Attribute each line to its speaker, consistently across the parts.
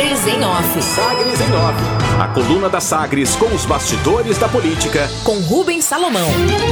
Speaker 1: Sagres em Off.
Speaker 2: Sagres em Off. A coluna da Sagres com os bastidores da política.
Speaker 1: Com Rubens Salomão.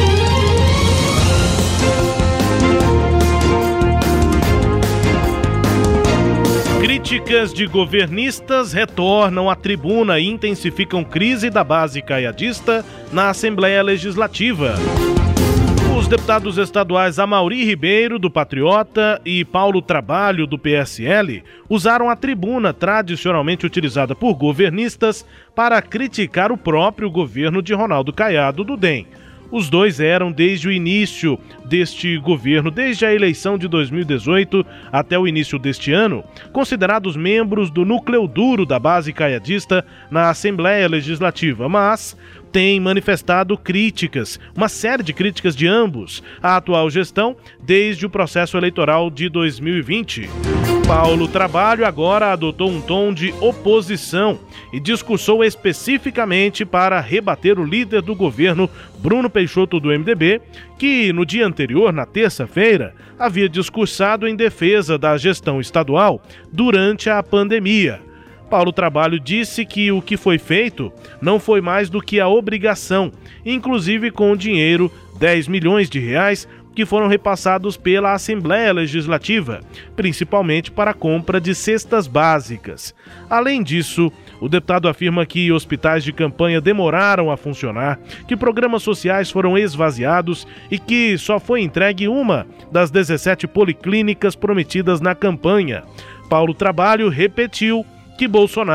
Speaker 3: Críticas de governistas retornam à tribuna e intensificam crise da base caiadista na Assembleia Legislativa. Os deputados estaduais Amaury Ribeiro, do Patriota, e Paulo Trabalho, do PSL, usaram a tribuna tradicionalmente utilizada por governistas para criticar o próprio governo de Ronaldo Caiado, do DEM. Os dois eram, desde o início deste governo, desde a eleição de 2018 até o início deste ano, considerados membros do núcleo duro da base caiadista na Assembleia Legislativa, mas têm manifestado críticas, uma série de críticas de ambos à atual gestão desde o processo eleitoral de 2020. Paulo Trabalho agora adotou um tom de oposição e discursou especificamente para rebater o líder do governo, Bruno Peixoto, do MDB, que no dia anterior, na terça-feira, havia discursado em defesa da gestão estadual durante a pandemia. Paulo Trabalho disse que o que foi feito não foi mais do que a obrigação, inclusive com o dinheiro, 10 milhões de reais, que foram repassados pela Assembleia Legislativa, principalmente para a compra de cestas básicas. Além disso, o deputado afirma que hospitais de campanha demoraram a funcionar, que programas sociais foram esvaziados e que só foi entregue uma das 17 policlínicas prometidas na campanha. Paulo Trabalho repetiu que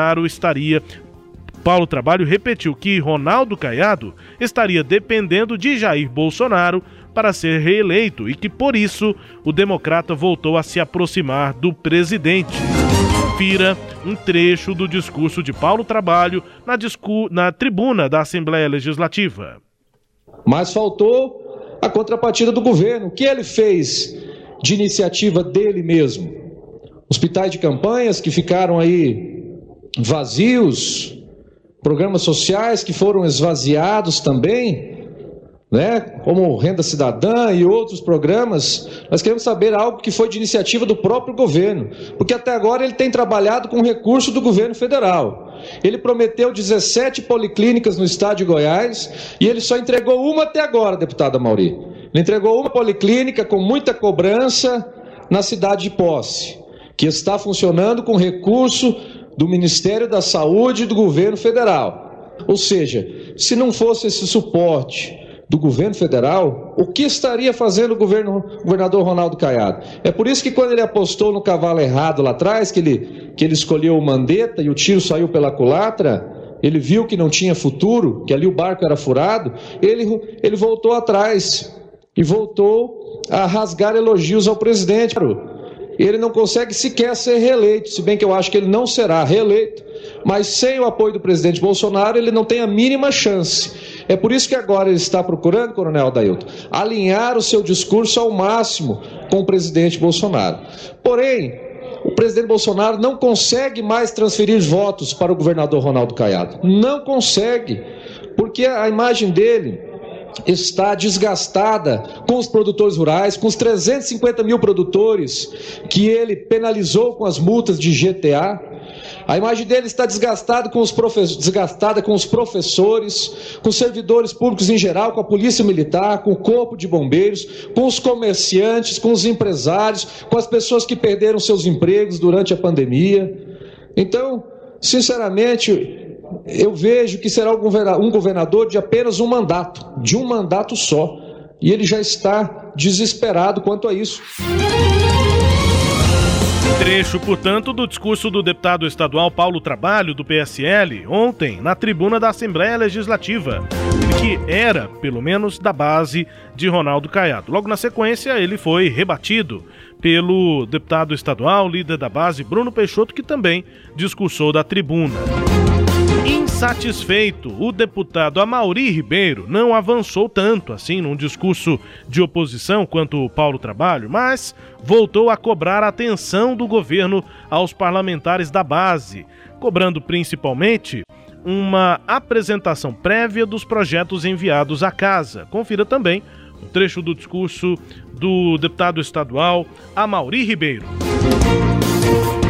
Speaker 3: Ronaldo Caiado estaria dependendo de Jair Bolsonaro para ser reeleito e que, por isso, o democrata voltou a se aproximar do presidente. Confira um trecho do discurso de Paulo Trabalho na tribuna da Assembleia Legislativa.
Speaker 4: Mas faltou a contrapartida do governo. O que ele fez de iniciativa dele mesmo? Hospitais de campanhas que ficaram aí vazios, programas sociais que foram esvaziados também, né? Como Renda Cidadã e outros programas. Nós queremos saber algo que foi de iniciativa do próprio governo, porque até agora ele tem trabalhado com recurso do governo federal. Ele prometeu 17 policlínicas no estado de Goiás e ele só entregou uma até agora, deputado Amaury. Ele entregou uma policlínica com muita cobrança na cidade de Posse, que está funcionando com recurso do Ministério da Saúde e do governo federal. Ou seja, se não fosse esse suporte do governo federal, o que estaria fazendo o governador Ronaldo Caiado? É por isso que quando ele apostou no cavalo errado lá atrás, que ele escolheu o Mandetta e o tiro saiu pela culatra, ele viu que não tinha futuro, que ali o barco era furado, ele voltou atrás e voltou a rasgar elogios ao presidente. Ele não consegue sequer ser reeleito, se bem que eu acho que ele não será reeleito, mas sem o apoio do presidente Bolsonaro ele não tem a mínima chance. É por isso que agora ele está procurando, coronel Adailton, alinhar o seu discurso ao máximo com o presidente Bolsonaro. Porém, o presidente Bolsonaro não consegue mais transferir votos para o governador Ronaldo Caiado. Não consegue, porque a imagem dele está desgastada com os produtores rurais, com os 350 mil produtores que ele penalizou com as multas de GTA. A imagem dele está desgastada com os professores, com os servidores públicos em geral, com a polícia militar, com o corpo de bombeiros, com os comerciantes, com os empresários, com as pessoas que perderam seus empregos durante a pandemia. Então, sinceramente, eu vejo que será um governador de apenas um mandato só. E ele já está desesperado quanto a isso.
Speaker 3: Trecho, portanto, do discurso do deputado estadual Paulo Trabalho, do PSL, ontem, na tribuna da Assembleia Legislativa, que era, pelo menos, da base de Ronaldo Caiado. Logo na sequência, ele foi rebatido pelo deputado estadual, líder da base, Bruno Peixoto, que também discursou da tribuna. Insatisfeito, o deputado Amaury Ribeiro não avançou tanto assim num discurso de oposição quanto o Paulo Trabalho, mas voltou a cobrar a atenção do governo aos parlamentares da base, cobrando principalmente uma apresentação prévia dos projetos enviados à casa. Confira também um trecho do discurso do deputado estadual Amaury Ribeiro.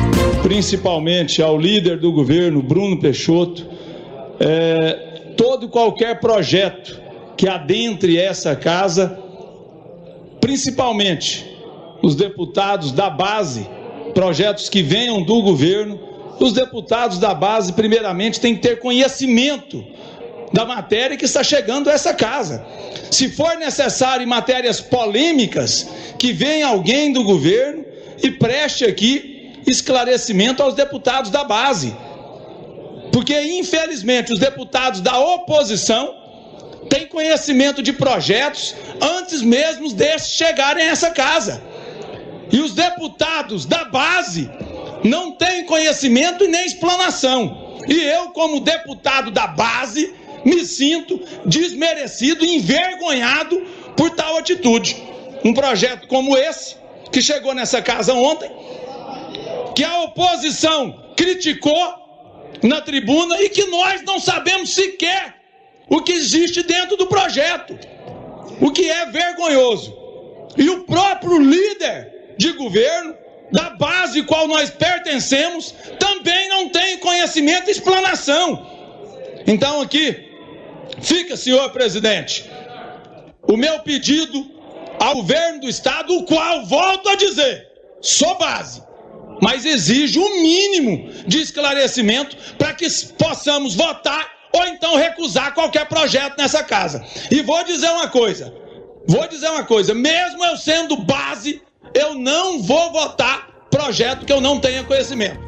Speaker 5: principalmente ao líder do governo, Bruno Peixoto, todo e qualquer projeto que adentre essa casa, principalmente os deputados da base, projetos que venham do governo, os deputados da base, primeiramente, têm que ter conhecimento da matéria que está chegando a essa casa. Se for necessário em matérias polêmicas, que venha alguém do governo e preste aqui esclarecimento aos deputados da base. Porque, infelizmente, os deputados da oposição têm conhecimento de projetos antes mesmo desses chegarem a essa casa. E os deputados da base não têm conhecimento e nem explanação. E eu, como deputado da base, me sinto desmerecido e envergonhado por tal atitude. Um projeto como esse, que chegou nessa casa ontem, que a oposição criticou na tribuna e que nós não sabemos sequer o que existe dentro do projeto, o que é vergonhoso. E o próprio líder de governo, da base qual nós pertencemos, também não tem conhecimento e explanação. Então aqui, fica, senhor presidente, o meu pedido ao governo do estado, o qual, volto a dizer, sou base, mas exige um mínimo de esclarecimento para que possamos votar ou então recusar qualquer projeto nessa casa. E vou dizer uma coisa, mesmo eu sendo base, eu não vou votar projeto que eu não tenha conhecimento.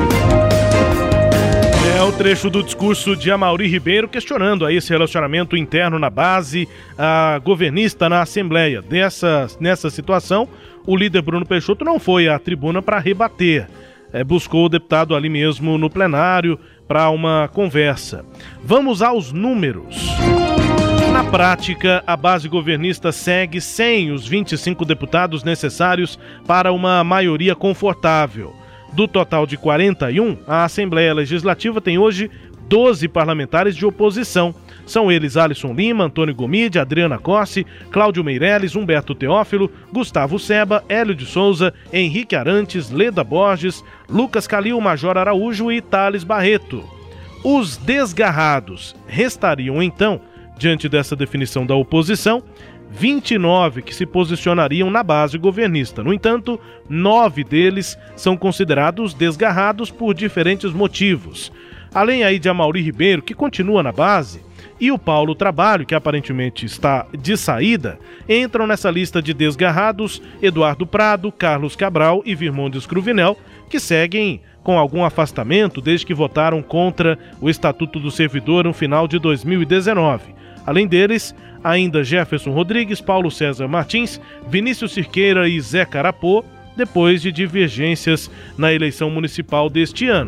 Speaker 3: É o trecho do discurso de Amaury Ribeiro questionando aí esse relacionamento interno na base, a governista na Assembleia. Nessa situação, o líder Bruno Peixoto não foi à tribuna para rebater. Buscou o deputado ali mesmo no plenário para uma conversa. Vamos aos números. Na prática, a base governista segue sem os 25 deputados necessários para uma maioria confortável. Do total de 41, a Assembleia Legislativa tem hoje 12 parlamentares de oposição. São eles Alisson Lima, Antônio Gomide, Adriana Cossi, Cláudio Meirelles, Humberto Teófilo, Gustavo Seba, Hélio de Souza, Henrique Arantes, Leda Borges, Lucas Calil, Major Araújo e Thales Barreto. Os desgarrados restariam, então, diante dessa definição da oposição, 29 que se posicionariam na base governista. No entanto, 9 deles são considerados desgarrados por diferentes motivos. Além aí de Amaury Ribeiro, que continua na base, e o Paulo Trabalho, que aparentemente está de saída, entram nessa lista de desgarrados Eduardo Prado, Carlos Cabral e Virmondes Cruvinel, que seguem com algum afastamento desde que votaram contra o Estatuto do Servidor no final de 2019. Além deles, ainda Jefferson Rodrigues, Paulo César Martins, Vinícius Cirqueira e Zé Carapô, depois de divergências na eleição municipal deste ano.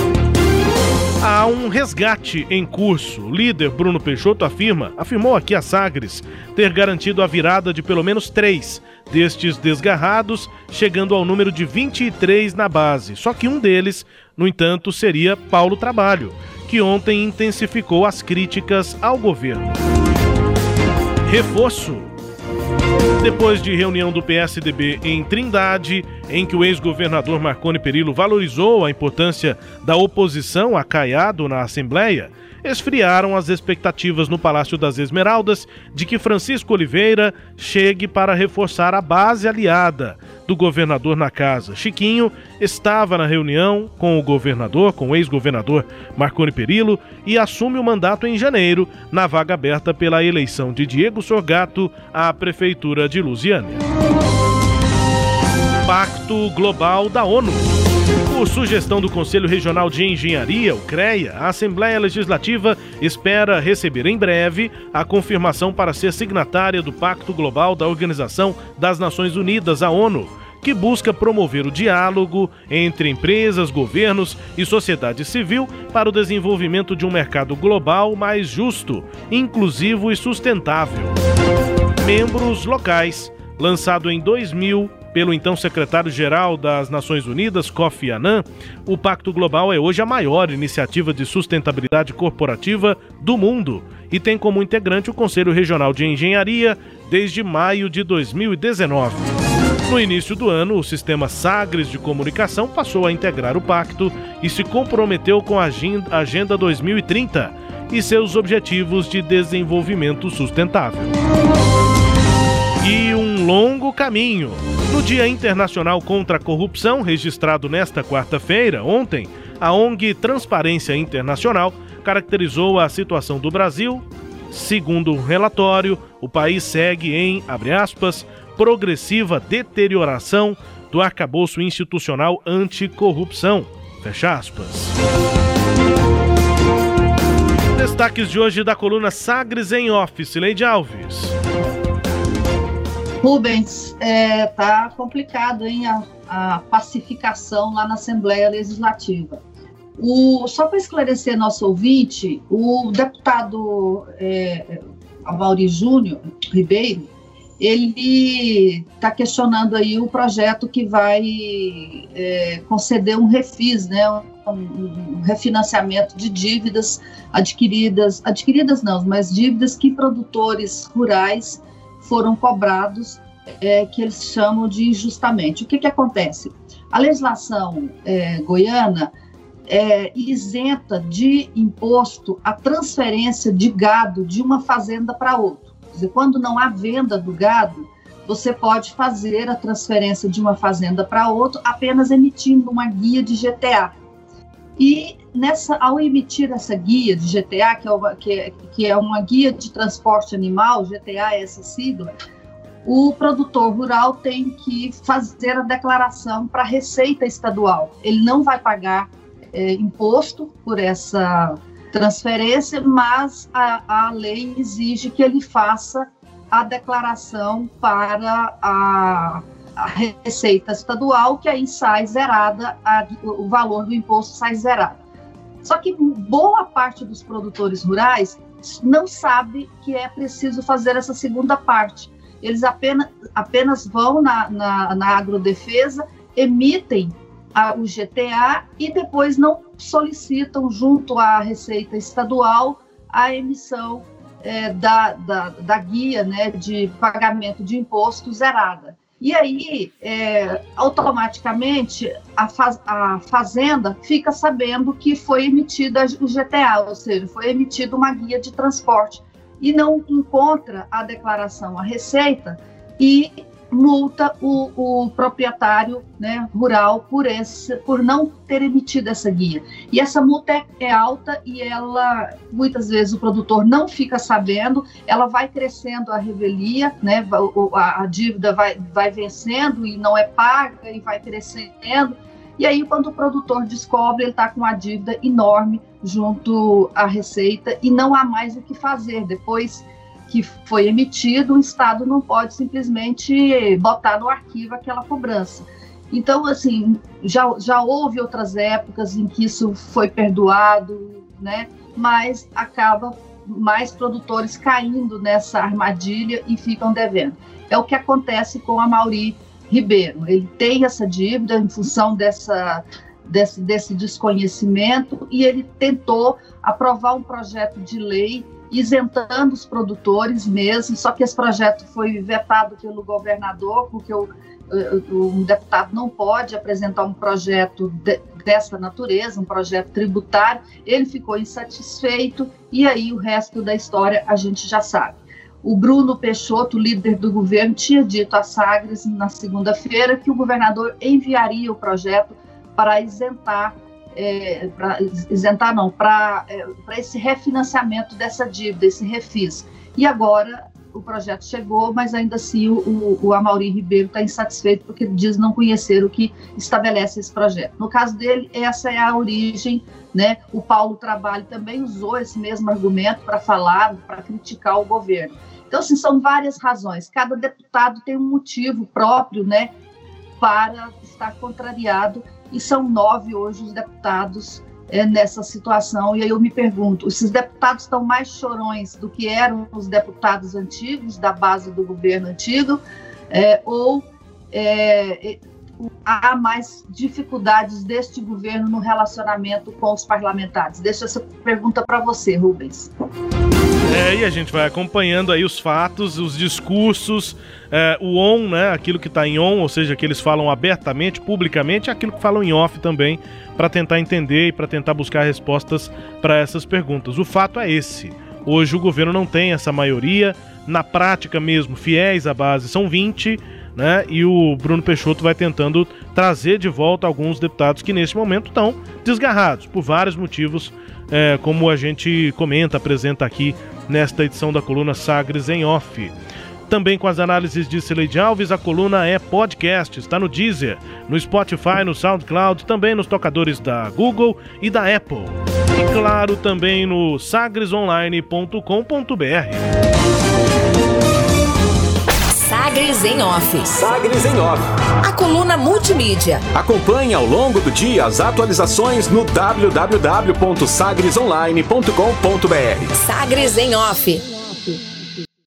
Speaker 3: Há um resgate em curso. O líder Bruno Peixoto afirmou aqui a Sagres ter garantido a virada de pelo menos 3 destes desgarrados, chegando ao número de 23 na base. Só que um deles, no entanto, seria Paulo Trabalho, que ontem intensificou as críticas ao governo. Reforço. Depois de reunião do PSDB em Trindade, em que o ex-governador Marconi Perillo valorizou a importância da oposição a Caiado na Assembleia, esfriaram as expectativas no Palácio das Esmeraldas de que Francisco Oliveira chegue para reforçar a base aliada do governador na casa. Chiquinho estava na reunião com o ex-governador Marconi Perillo e assume o mandato em janeiro, na vaga aberta pela eleição de Diego Sorgato à Prefeitura de Lusiânia. Pacto Global da ONU. Por sugestão do Conselho Regional de Engenharia, o CREA, a Assembleia Legislativa espera receber em breve a confirmação para ser signatária do Pacto Global da Organização das Nações Unidas, a ONU, que busca promover o diálogo entre empresas, governos e sociedade civil para o desenvolvimento de um mercado global mais justo, inclusivo e sustentável. Membros locais. Lançado em 2000 pelo então secretário-geral das Nações Unidas, Kofi Annan, o Pacto Global é hoje a maior iniciativa de sustentabilidade corporativa do mundo e tem como integrante o Conselho Regional de Engenharia desde maio de 2019. No início do ano, o sistema Sagres de Comunicação passou a integrar o pacto e se comprometeu com a Agenda 2030 e seus objetivos de desenvolvimento sustentável. E um longo caminho. No Dia Internacional contra a Corrupção, registrado nesta quarta-feira, ontem, a ONG Transparência Internacional caracterizou a situação do Brasil. Segundo o relatório, o país segue em, abre aspas, progressiva deterioração do arcabouço institucional anticorrupção, fecha aspas. Destaques de hoje da coluna Sagres em Office, Leide Alves.
Speaker 6: Rubens, tá complicado, hein, a pacificação lá na Assembleia Legislativa. Só para esclarecer nosso ouvinte, o deputado Amaury Júnior Ribeiro, ele está questionando aí o projeto que vai conceder um refis, né, um refinanciamento de dívidas adquiridas não, mas dívidas que produtores rurais foram cobrados, que eles chamam de injustamente. O que acontece? A legislação goiana isenta de imposto a transferência de gado de uma fazenda para outra. Quer dizer, quando não há venda do gado, você pode fazer a transferência de uma fazenda para outra apenas emitindo uma guia de GTA. E ao emitir essa guia de GTA, que é uma guia de transporte animal, GTA é essa sigla, o produtor rural tem que fazer a declaração para a Receita Estadual. Ele não vai pagar imposto por essa transferência, mas a lei exige que ele faça a declaração para a Receita Estadual, que aí sai zerada, o valor do imposto sai zerado. Só que boa parte dos produtores rurais não sabe que é preciso fazer essa segunda parte. Eles apenas vão na agrodefesa, emitem o GTA e depois não solicitam junto à Receita Estadual a emissão da guia, né, de pagamento de imposto zerada. E aí, automaticamente, a fazenda fica sabendo que foi emitida o GTA, ou seja, foi emitida uma guia de transporte, e não encontra a declaração à Receita e multa o proprietário, né, rural por não ter emitido essa guia. E essa multa é alta e muitas vezes o produtor não fica sabendo, ela vai crescendo a revelia, né, a dívida vai vencendo e não é paga e vai crescendo. E aí, quando o produtor descobre, ele está com uma dívida enorme junto à Receita e não há mais o que fazer. Depois que foi emitido, o Estado não pode simplesmente botar no arquivo aquela cobrança. Então, assim, já houve outras épocas em que isso foi perdoado, né? Mas acaba mais produtores caindo nessa armadilha e ficam devendo. É o que acontece com a Amaury Ribeiro. Ele tem essa dívida em função desse desconhecimento e ele tentou aprovar um projeto de lei isentando os produtores mesmo, só que esse projeto foi vetado pelo governador, porque o deputado não pode apresentar um projeto dessa natureza, um projeto tributário. Ele ficou insatisfeito e aí o resto da história a gente já sabe. O Bruno Peixoto, líder do governo, tinha dito a Sagres na segunda-feira que o governador enviaria o projeto para isentar para esse refinanciamento dessa dívida, esse refis. E agora o projeto chegou, mas ainda assim o Amaury Ribeiro está insatisfeito porque diz não conhecer o que estabelece esse projeto. No caso dele, essa é a origem, né? O Paulo Trabalho também usou esse mesmo argumento para criticar o governo. Então, assim, são várias razões. Cada deputado tem um motivo próprio, né, para estar contrariado. E são 9 hoje os deputados nessa situação. E aí eu me pergunto, esses deputados estão mais chorões do que eram os deputados antigos, da base do governo antigo, ou há mais dificuldades deste governo no relacionamento com os parlamentares? Deixo essa pergunta para você, Rubens.
Speaker 3: E a gente vai acompanhando aí os fatos, os discursos, o on, né, aquilo que está em on, ou seja, que eles falam abertamente, publicamente, aquilo que falam em off também, para tentar entender e para tentar buscar respostas para essas perguntas. O fato é esse: hoje o governo não tem essa maioria, na prática mesmo, fiéis à base são 20, né, e o Bruno Peixoto vai tentando trazer de volta alguns deputados que nesse momento estão desgarrados por vários motivos, como a gente comenta, apresenta aqui nesta edição da coluna Sagres em Off. Também com as análises de Cileide Alves, a coluna é podcast, está no Deezer, no Spotify, no SoundCloud, também nos tocadores da Google e da Apple. E claro, também no sagresonline.com.br.
Speaker 1: Sagres em Off.
Speaker 2: Sagres em Off.
Speaker 1: A coluna multimídia.
Speaker 2: Acompanhe ao longo do dia as atualizações no www.sagresonline.com.br.
Speaker 1: Sagres em Off.